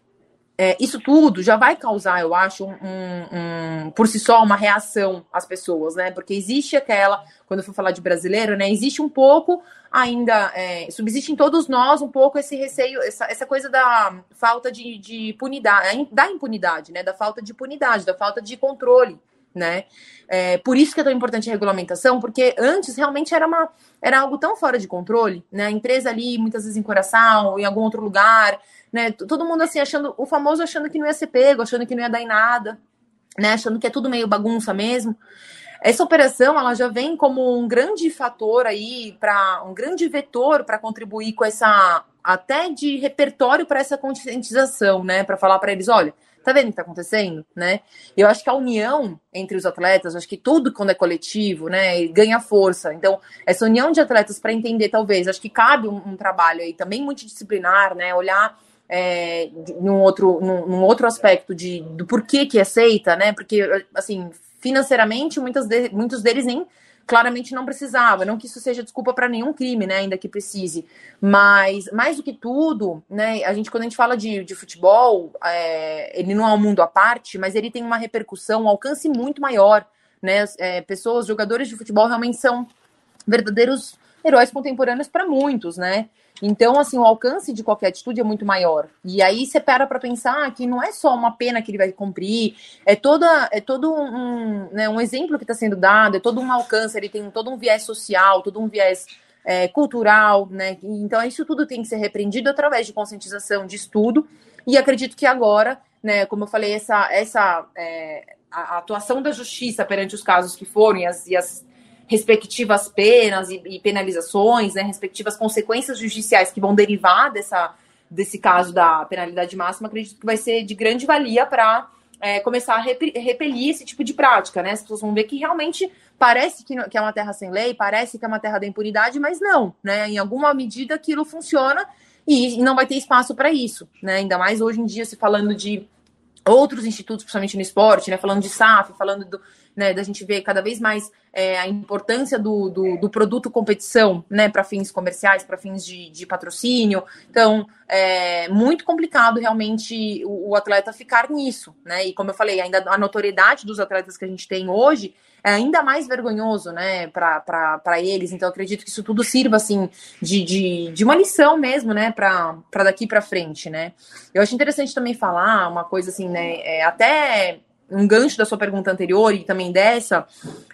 É, isso tudo já vai causar, eu acho, um, um, por si só, uma reação às pessoas, né? Porque existe aquela, quando eu for falar de brasileiro, né? Existe um pouco ainda, é, subsiste em todos nós um pouco esse receio, essa, essa coisa da falta de, de impunidade, da impunidade, né? Da falta de impunidade, da falta de controle, né? É, por isso que é tão importante a regulamentação, porque antes realmente era, uma, era algo tão fora de controle, né? A empresa ali, muitas vezes em Curaçao, em algum outro lugar, né? Todo mundo assim, achando, o famoso achando que não ia ser pego, achando que não ia dar em nada, né? Achando que é tudo meio bagunça mesmo. Essa operação, ela já vem como um grande fator aí, para um grande vetor para contribuir com essa, até de repertório para essa conscientização, né? Para falar para eles, olha, tá vendo o que tá acontecendo, né? Eu acho que a união entre os atletas, acho que tudo quando é coletivo, né, ganha força. Então, essa união de atletas para entender, talvez, acho que cabe um, um trabalho aí também multidisciplinar, né? Olhar é, num, outro, num, num outro aspecto de, do porquê que aceita, né? Porque, assim, financeiramente, muitas de, muitos deles nem claramente não precisava, não que isso seja desculpa para nenhum crime, né, ainda que precise, mas mais do que tudo, né, a gente, quando a gente fala de, de futebol, é, ele não é um mundo à parte, mas ele tem uma repercussão, um alcance muito maior, né, é, pessoas, jogadores de futebol realmente são verdadeiros heróis contemporâneos para muitos, né? Então, assim, o alcance de qualquer atitude é muito maior. E aí você para para pensar que não é só uma pena que ele vai cumprir, é, toda, é todo um, né, um exemplo que está sendo dado, é todo um alcance, ele tem todo um viés social, todo um viés é, cultural, né? Então, isso tudo tem que ser repreendido através de conscientização, de estudo, e acredito que agora, né, como eu falei, essa, essa é, a atuação da justiça perante os casos que foram e as, e as respectivas penas e, e penalizações, né, respectivas consequências judiciais que vão derivar dessa, desse caso da penalidade máxima, acredito que vai ser de grande valia para é, começar a repelir esse tipo de prática, né? As pessoas vão ver que realmente parece que, que é uma terra sem lei, parece que é uma terra da impunidade, mas não, né? Em alguma medida aquilo funciona e, e não vai ter espaço para isso, né? Ainda mais hoje em dia se falando de outros institutos, principalmente no esporte, né? Falando de S A F, falando do, né, da gente ver cada vez mais é, a importância do, do, do produto competição, né, para fins comerciais, para fins de, de patrocínio. Então, é muito complicado realmente o, o atleta ficar nisso, né? E como eu falei, ainda a notoriedade dos atletas que a gente tem hoje é ainda mais vergonhoso, né, para eles. Então, eu acredito que isso tudo sirva, assim, de, de, de uma lição mesmo, né, para daqui para frente, né. Eu acho interessante também falar uma coisa, assim, né, é, até um gancho da sua pergunta anterior e também dessa,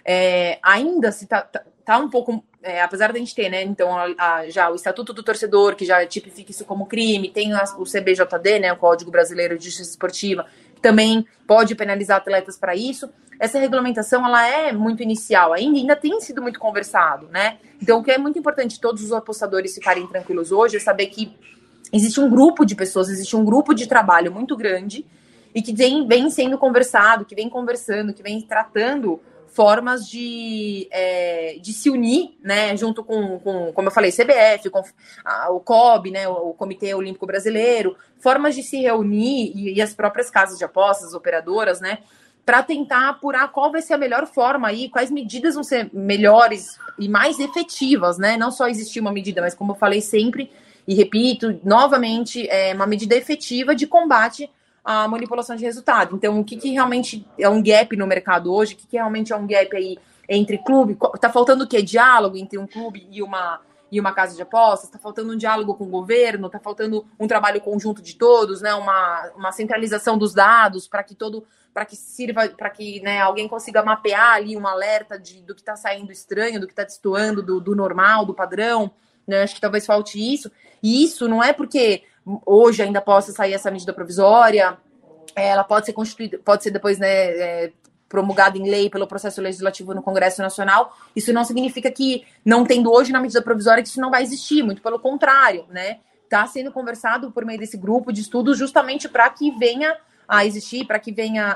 é, ainda se tá, tá, tá um pouco, é, apesar da gente ter, né, então, a, a, já o Estatuto do Torcedor, que já tipifica isso como crime, tem a, o C B J D, né, o Código Brasileiro de Justiça Esportiva, que também pode penalizar atletas para isso. Essa regulamentação, ela é muito inicial, ainda, ainda tem sido muito conversado, né? Então, o que é muito importante todos os apostadores ficarem tranquilos hoje é saber que existe um grupo de pessoas, existe um grupo de trabalho muito grande e que vem, vem sendo conversado, que vem conversando, que vem tratando formas de, é, de se unir, né, junto com, com, como eu falei, C B F, com a, o C O B, né, o, o Comitê Olímpico Brasileiro, formas de se reunir e, e as próprias casas de apostas, as operadoras, né, para tentar apurar qual vai ser a melhor forma aí, quais medidas vão ser melhores e mais efetivas, né? Não só existir uma medida, mas como eu falei sempre, e repito, novamente, é uma medida efetiva de combate à manipulação de resultado. Então, o que, que realmente é um gap no mercado hoje, o que, que realmente é um gap aí entre clube, tá faltando o quê? Diálogo entre um clube e uma... e uma casa de apostas, está faltando um diálogo com o governo, está faltando um trabalho conjunto de todos, né, uma, uma centralização dos dados para que todo, para que sirva, para que, né, alguém consiga mapear ali um alerta de, do que está saindo estranho, do que está destoando do, do normal, do padrão, né, acho que talvez falte isso, e isso não é porque hoje ainda possa sair essa medida provisória, ela pode ser constituída, pode ser depois, né, é, promulgado em lei pelo processo legislativo no Congresso Nacional, isso não significa que, não tendo hoje na medida provisória, que isso não vai existir, muito pelo contrário, né? Está sendo conversado por meio desse grupo de estudos justamente para que venha a existir, para que venha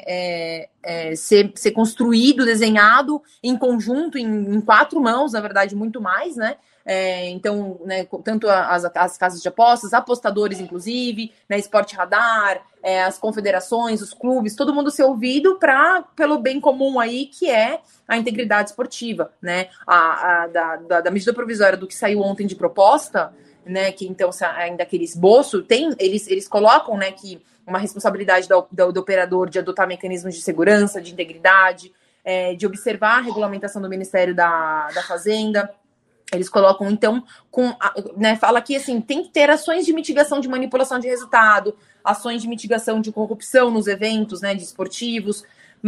é, é, é, ser, ser construído, desenhado em conjunto, em, em quatro mãos, na verdade, muito mais, né? É, então, né, tanto as, as casas de apostas, apostadores, inclusive, né, Esporte Radar, é, as confederações, os clubes, todo mundo ser ouvido para pelo bem comum aí, que é a integridade esportiva, né? A, a, da, da, da medida provisória do que saiu ontem de proposta, né, que então ainda aquele esboço, tem, eles, eles colocam, né, que uma responsabilidade do, do, do operador de adotar mecanismos de segurança, de integridade, é, de observar a regulamentação do Ministério da, da Fazenda. Eles colocam, então, com, né, fala que, assim, tem que ter ações de mitigação de manipulação de resultado, ações de mitigação de corrupção nos eventos, né, de esportivos,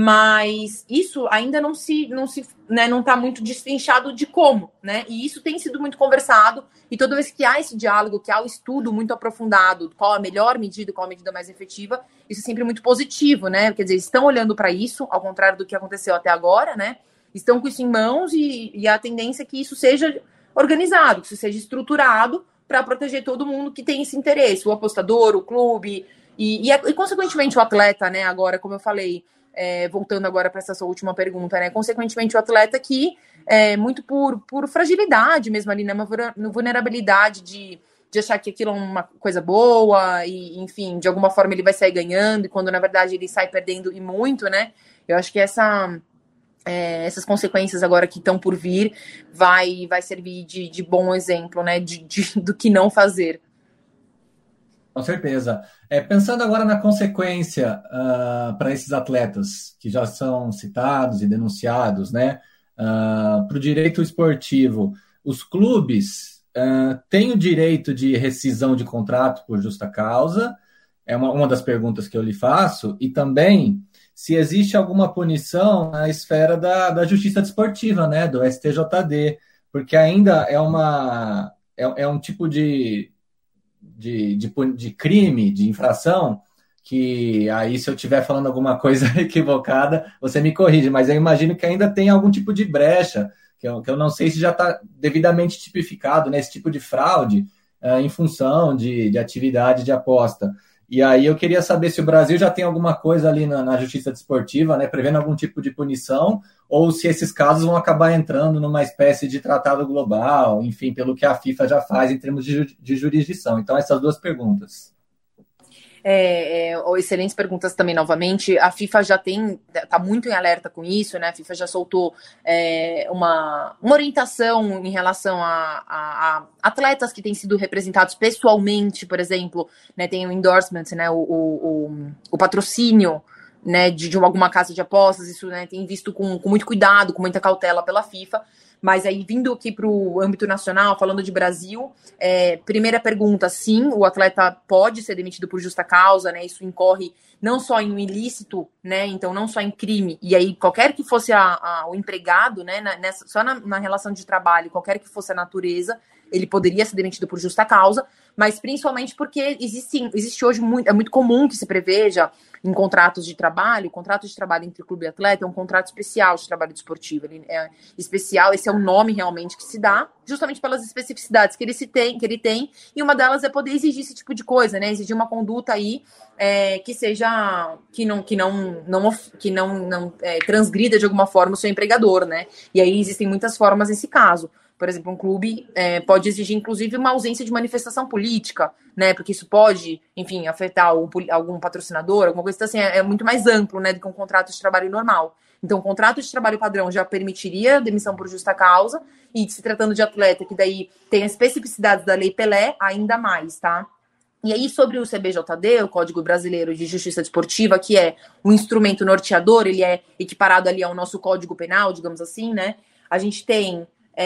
mas isso ainda não se, não se, né, não está muito destrinchado de como, né, e isso tem sido muito conversado, e toda vez que há esse diálogo, que há o estudo muito aprofundado, qual a melhor medida, qual a medida mais efetiva, isso é sempre muito positivo, né, quer dizer, estão olhando para isso, ao contrário do que aconteceu até agora, né, estão com isso em mãos e, e a tendência é que isso seja organizado, que isso seja estruturado para proteger todo mundo que tem esse interesse, o apostador, o clube e, e, e consequentemente, o atleta, né, agora, como eu falei, é, voltando agora para essa sua última pergunta, né, consequentemente, o atleta que, é, muito por, por fragilidade mesmo ali, né, uma vulnerabilidade de, de achar que aquilo é uma coisa boa e, enfim, de alguma forma ele vai sair ganhando e quando, na verdade, ele sai perdendo e muito, né, eu acho que essa... É, essas consequências agora que estão por vir vai, vai servir de, de bom exemplo, né, de, de, do que não fazer. Com certeza. É, pensando agora na consequência uh, para esses atletas que já são citados e denunciados, né, uh, para o direito esportivo, os clubes uh, têm o direito de rescisão de contrato por justa causa? É uma, uma das perguntas que eu lhe faço. E também se existe alguma punição na esfera da, da justiça desportiva, né, do S T J D, porque ainda é, uma, é, é um tipo de, de, de, de crime, de infração, que aí se eu estiver falando alguma coisa equivocada, você me corrige, mas eu imagino que ainda tem algum tipo de brecha, que eu, que eu não sei se já está devidamente tipificado, né, esse tipo de fraude uh, em função de, de atividade de aposta. E aí eu queria saber se o Brasil já tem alguma coisa ali na, na justiça desportiva, né, prevendo algum tipo de punição, ou se esses casos vão acabar entrando numa espécie de tratado global, enfim, pelo que a FIFA já faz em termos de, de jurisdição. Então, essas duas perguntas. É, é, excelentes perguntas também, novamente. A FIFA já tem, está muito em alerta com isso, né? A FIFA já soltou é, uma, uma orientação em relação a, a, a atletas que têm sido representados pessoalmente, por exemplo, né? Tem o endorsement, né? O, o, o, o patrocínio, né? De, de alguma casa de apostas, isso, né? Tem visto com, com muito cuidado, com muita cautela pela FIFA. Mas aí, vindo aqui para o âmbito nacional, falando de Brasil, é, primeira pergunta, sim, o atleta pode ser demitido por justa causa, né? Isso incorre não só em um ilícito, né? Então, não só em crime. E aí, qualquer que fosse a, a, o empregado, né? Na, nessa, só na, na relação de trabalho, qualquer que fosse a natureza, ele poderia ser demitido por justa causa, mas principalmente porque existe, existe hoje muito, é muito comum que se preveja em contratos de trabalho, o contrato de trabalho entre clube e atleta é um contrato especial de trabalho desportivo, ele é especial, esse é o nome realmente que se dá, justamente pelas especificidades que ele, se tem, que ele tem, e uma delas é poder exigir esse tipo de coisa, né, exigir uma conduta aí é, que seja, que não, que não, não, que não, não é, transgrida de alguma forma o seu empregador, né, e aí existem muitas formas nesse caso. Por exemplo, um clube é, pode exigir, inclusive, uma ausência de manifestação política, né? Porque isso pode, enfim, afetar algum, algum patrocinador, alguma coisa assim, é, é muito mais amplo, né, do que um contrato de trabalho normal. Então, o contrato de trabalho padrão já permitiria demissão por justa causa, e se tratando de atleta, que daí tem as especificidades da Lei Pelé, ainda mais, tá? E aí, sobre o C B J D, o Código Brasileiro de Justiça Desportiva, que é um instrumento norteador, ele é equiparado ali ao nosso Código Penal, digamos assim, né? A gente tem...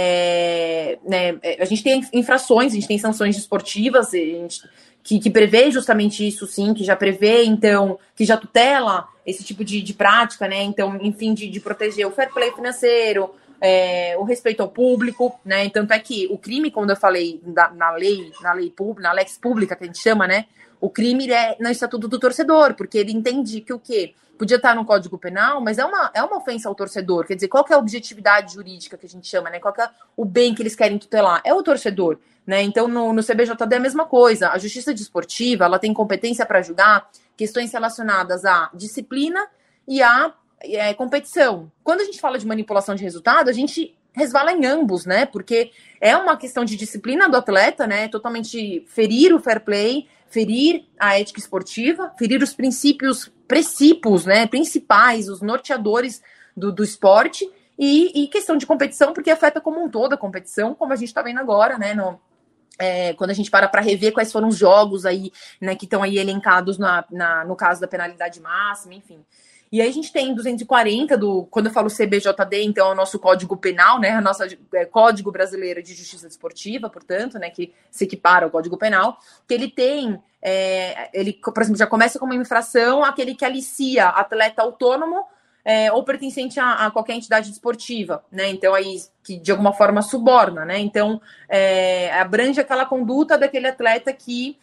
É, né, a gente tem infrações, a gente tem sanções desportivas a gente, que, que prevê justamente isso, sim, que já prevê, então, que já tutela esse tipo de, de prática, né, então, enfim, de, de proteger o fair play financeiro, é, o respeito ao público, né, tanto é que o crime, quando eu falei da, na lei, na lei pública, na lex pública, que a gente chama, né, o crime é no estatuto do torcedor, porque ele entende que o quê? Podia estar no Código Penal, mas é uma, é uma ofensa ao torcedor. Quer dizer, qual que é a objetividade jurídica que a gente chama, né? Qual que é o bem que eles querem tutelar? É o torcedor, né? Então, no, no C B J D é a mesma coisa. A justiça desportiva, ela tem competência para julgar questões relacionadas à disciplina e à é, competição. Quando a gente fala de manipulação de resultado, a gente resvala em ambos, né? Porque é uma questão de disciplina do atleta, né? Totalmente ferir o fair play, ferir a ética esportiva, ferir os princípios, precípios, né, principais, os norteadores do, do esporte, e, e questão de competição, porque afeta como um todo a competição, como a gente está vendo agora, né, no, é, quando a gente para para rever quais foram os jogos aí, né, que estão aí elencados na, na, no caso da penalidade máxima, enfim. E aí a gente tem duzentos e quarenta, do, quando eu falo C B J D, então é o nosso Código Penal, né, a nossa é, Código Brasileiro de Justiça Desportiva, portanto, né, que se equipara ao Código Penal, que ele tem, é, ele, por exemplo, já começa como uma infração aquele que alicia atleta autônomo é, ou pertencente a, a qualquer entidade desportiva, né, então aí que de alguma forma suborna, né, então é, abrange aquela conduta daquele atleta que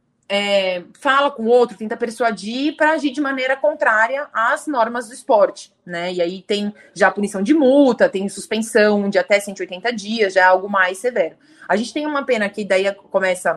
É, fala com o outro, tenta persuadir para agir de maneira contrária às normas do esporte, né? E aí tem já punição de multa, tem suspensão de até cento e oitenta dias, já é algo mais severo. A gente tem uma pena que daí começa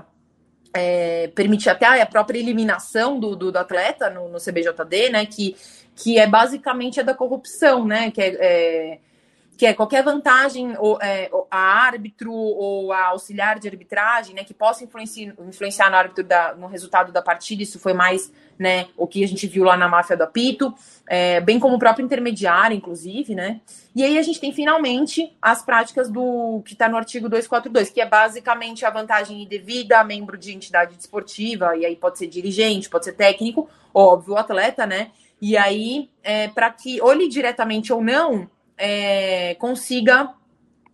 é, permitir até a própria eliminação do, do, do atleta no, no C B J D, né? Que, que é basicamente a da corrupção, né? Que é, é que é qualquer vantagem ou, é, a árbitro ou a auxiliar de arbitragem, né, que possa influenciar, influenciar no, árbitro da, no resultado da partida. Isso foi mais, né, o que a gente viu lá na máfia do apito, é, bem como o próprio intermediário, inclusive, né. E aí a gente tem, finalmente, as práticas do que está no artigo duzentos e quarenta e dois, que é basicamente a vantagem indevida a membro de entidade desportiva, e aí pode ser dirigente, pode ser técnico, óbvio, o atleta, né. E aí, é, para que, ou ele diretamente ou não, É, consiga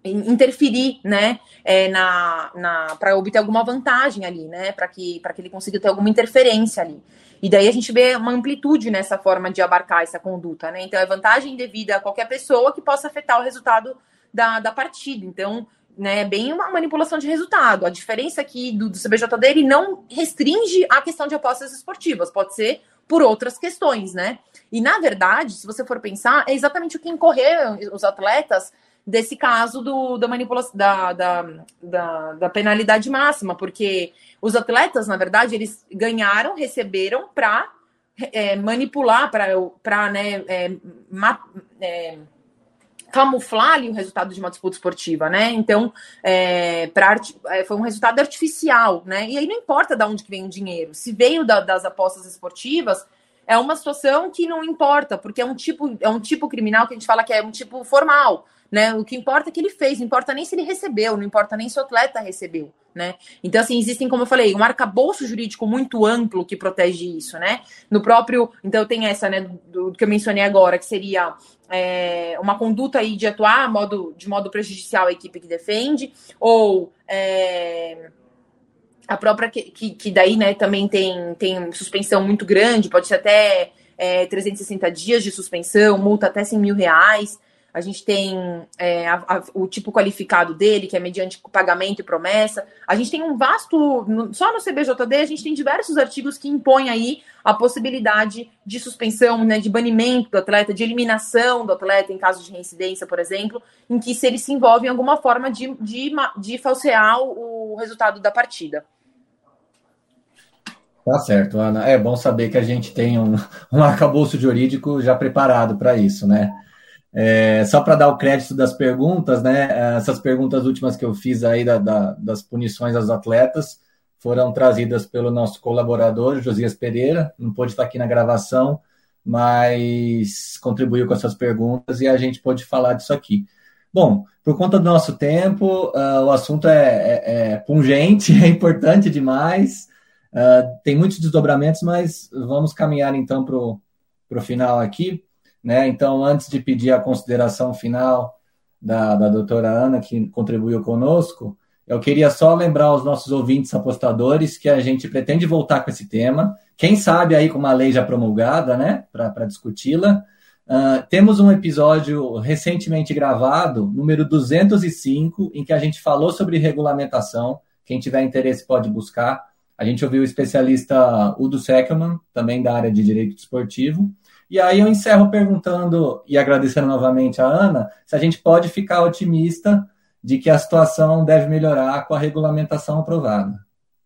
interferir, né, é, na, na, para obter alguma vantagem ali, né, para que, para que ele consiga ter alguma interferência ali. E daí a gente vê uma amplitude nessa forma de abarcar essa conduta, né? Então é vantagem devida a qualquer pessoa que possa afetar o resultado da, da partida. Então, né, é bem uma manipulação de resultado. A diferença aqui do, do C B J D, ele não restringe a questão de apostas esportivas, pode ser por outras questões, né? E na verdade, se você for pensar, é exatamente o que incorreram os atletas desse caso do, da manipulação da, da, da, da penalidade máxima, porque os atletas, na verdade, eles ganharam, receberam para é, manipular, para né, é, é, camuflar ali o resultado de uma disputa esportiva, né? Então, é, pra, foi um resultado artificial, né? E aí não importa de onde que vem o dinheiro. Se veio da, das apostas esportivas, é uma situação que não importa, porque é um tipo, é um tipo criminal que a gente fala que é um tipo formal, né? O que importa é que ele fez, não importa nem se ele recebeu, não importa nem se o atleta recebeu, né? Então, assim, existem, como eu falei, um arcabouço jurídico muito amplo que protege isso, né? No próprio, então tem essa, né, do, do que eu mencionei agora, que seria é, uma conduta aí de atuar modo, de modo prejudicial à equipe que defende, ou é, a própria, que, que, que daí, né, também tem, tem suspensão muito grande, pode ser até é, trezentos e sessenta dias de suspensão, multa até cem mil reais. A gente tem é, a, a, o tipo qualificado dele, que é mediante pagamento e promessa. A gente tem um vasto... No, só no C B J D, a gente tem diversos artigos que impõem aí a possibilidade de suspensão, né, de banimento do atleta, de eliminação do atleta em caso de reincidência, por exemplo, em que se ele se envolve em alguma forma de, de, de falsear o resultado da partida. Tá certo, Ana. É bom saber que a gente tem um, um arcabouço jurídico já preparado para isso, né? É, só para dar o crédito das perguntas, né? Essas perguntas últimas que eu fiz aí da, da, das punições aos atletas foram trazidas pelo nosso colaborador, Josias Pereira, não pôde estar aqui na gravação, mas contribuiu com essas perguntas e a gente pôde falar disso aqui. Bom, por conta do nosso tempo, uh, o assunto é, é, é pungente, é importante demais, uh, tem muitos desdobramentos, mas vamos caminhar então para o final aqui. Né? Então, antes de pedir a consideração final da, da doutora Ana, que contribuiu conosco, eu queria só lembrar aos nossos ouvintes apostadores que a gente pretende voltar com esse tema, quem sabe aí com uma lei já promulgada, né, para discuti-la. Uh, temos um episódio recentemente gravado, número duzentos e cinco, em que a gente falou sobre regulamentação. Quem tiver interesse pode buscar. A gente ouviu o especialista Udo Seckelman, também da área de direito desportivo. E aí eu encerro perguntando e agradecendo novamente a Ana se a gente pode ficar otimista de que a situação deve melhorar com a regulamentação aprovada.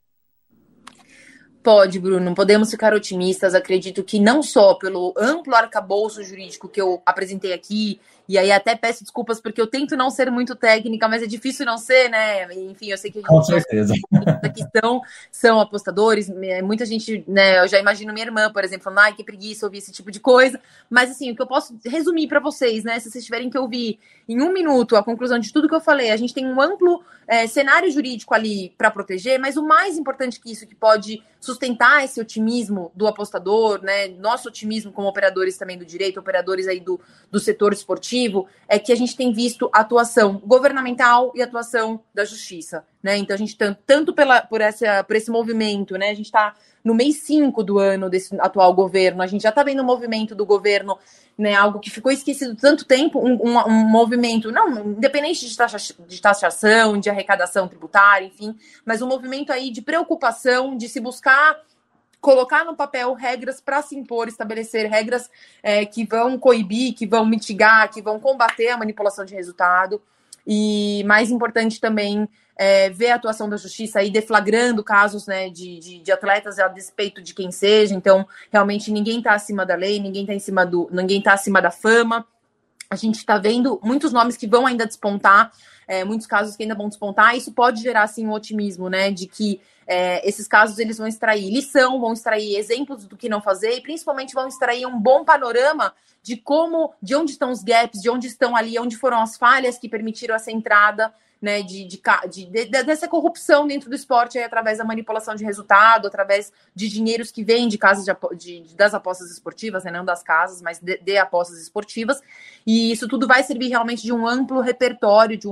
Pode, Bruno, podemos ficar otimistas. Acredito que não só pelo amplo arcabouço jurídico que eu apresentei aqui, e aí até peço desculpas porque eu tento não ser muito técnica, mas é difícil não ser, né? Enfim, eu sei que a gente... Com certeza. Aqui são, são apostadores, muita gente, né? Eu já imagino minha irmã, por exemplo, falando, ai, que preguiça ouvir esse tipo de coisa. Mas assim, o que eu posso resumir para vocês, né? Se vocês tiverem que ouvir em um minuto a conclusão de tudo que eu falei, a gente tem um amplo é, cenário jurídico ali para proteger, mas o mais importante que isso, que pode sustentar esse otimismo do apostador, né? Nosso otimismo como operadores também do direito, operadores aí do, do setor esportivo, é que a gente tem visto atuação governamental e atuação da justiça, né? Então a gente tem tanto pela, por, essa, por esse movimento, né? A gente está no mês cinco do ano desse atual governo, a gente já está vendo o movimento do governo, né? Algo que ficou esquecido tanto tempo, um, um, um movimento, não, independente de, taxa, de taxação, de arrecadação tributária, enfim, mas um movimento aí de preocupação, de se buscar colocar no papel regras para se impor, estabelecer regras é, que vão coibir, que vão mitigar, que vão combater a manipulação de resultado. E mais importante também é ver a atuação da justiça aí deflagrando casos, né, de, de, de atletas a despeito de quem seja. Então, realmente, ninguém está acima da lei, ninguém está em cima do, ninguém está acima da fama. A gente está vendo muitos nomes que vão ainda despontar, é, muitos casos que ainda vão despontar. Isso pode gerar, assim, um otimismo, né, de que É, esses casos eles vão extrair lição, vão extrair exemplos do que não fazer e principalmente vão extrair um bom panorama de como, de onde estão os gaps, de onde estão ali, onde foram as falhas que permitiram essa entrada, né, de, de, de, de, dessa corrupção dentro do esporte aí, através da manipulação de resultado, através de dinheiros que vêm de casas de, de, das apostas esportivas, né, não das casas, mas de, de apostas esportivas, e isso tudo vai servir realmente de um amplo repertório, de um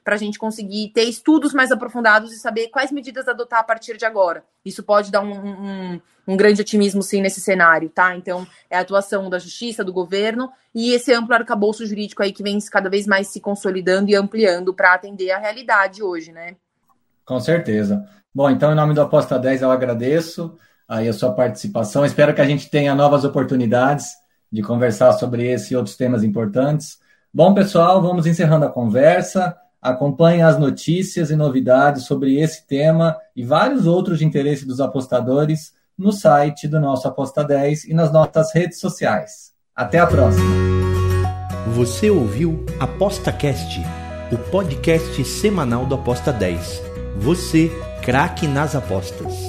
para a gente conseguir ter estudos mais aprofundados e saber quais medidas adotar a partir de agora. Isso pode dar um, um, um grande otimismo, sim, nesse cenário, tá? Então, é a atuação da justiça, do governo, e esse amplo arcabouço jurídico aí que vem cada vez mais se consolidando e ampliando para atender a realidade hoje, né? Com certeza. Bom, então, em nome do Aposta dez, eu agradeço aí a sua participação. Espero que a gente tenha novas oportunidades de conversar sobre esse e outros temas importantes. Bom, pessoal, vamos encerrando a conversa. Acompanhem as notícias e novidades sobre esse tema e vários outros de interesse dos apostadores no site do nosso Aposta dez e nas nossas redes sociais. Até a próxima. Você ouviu ApostaCast, o podcast semanal do Aposta dez. Você, craque nas apostas.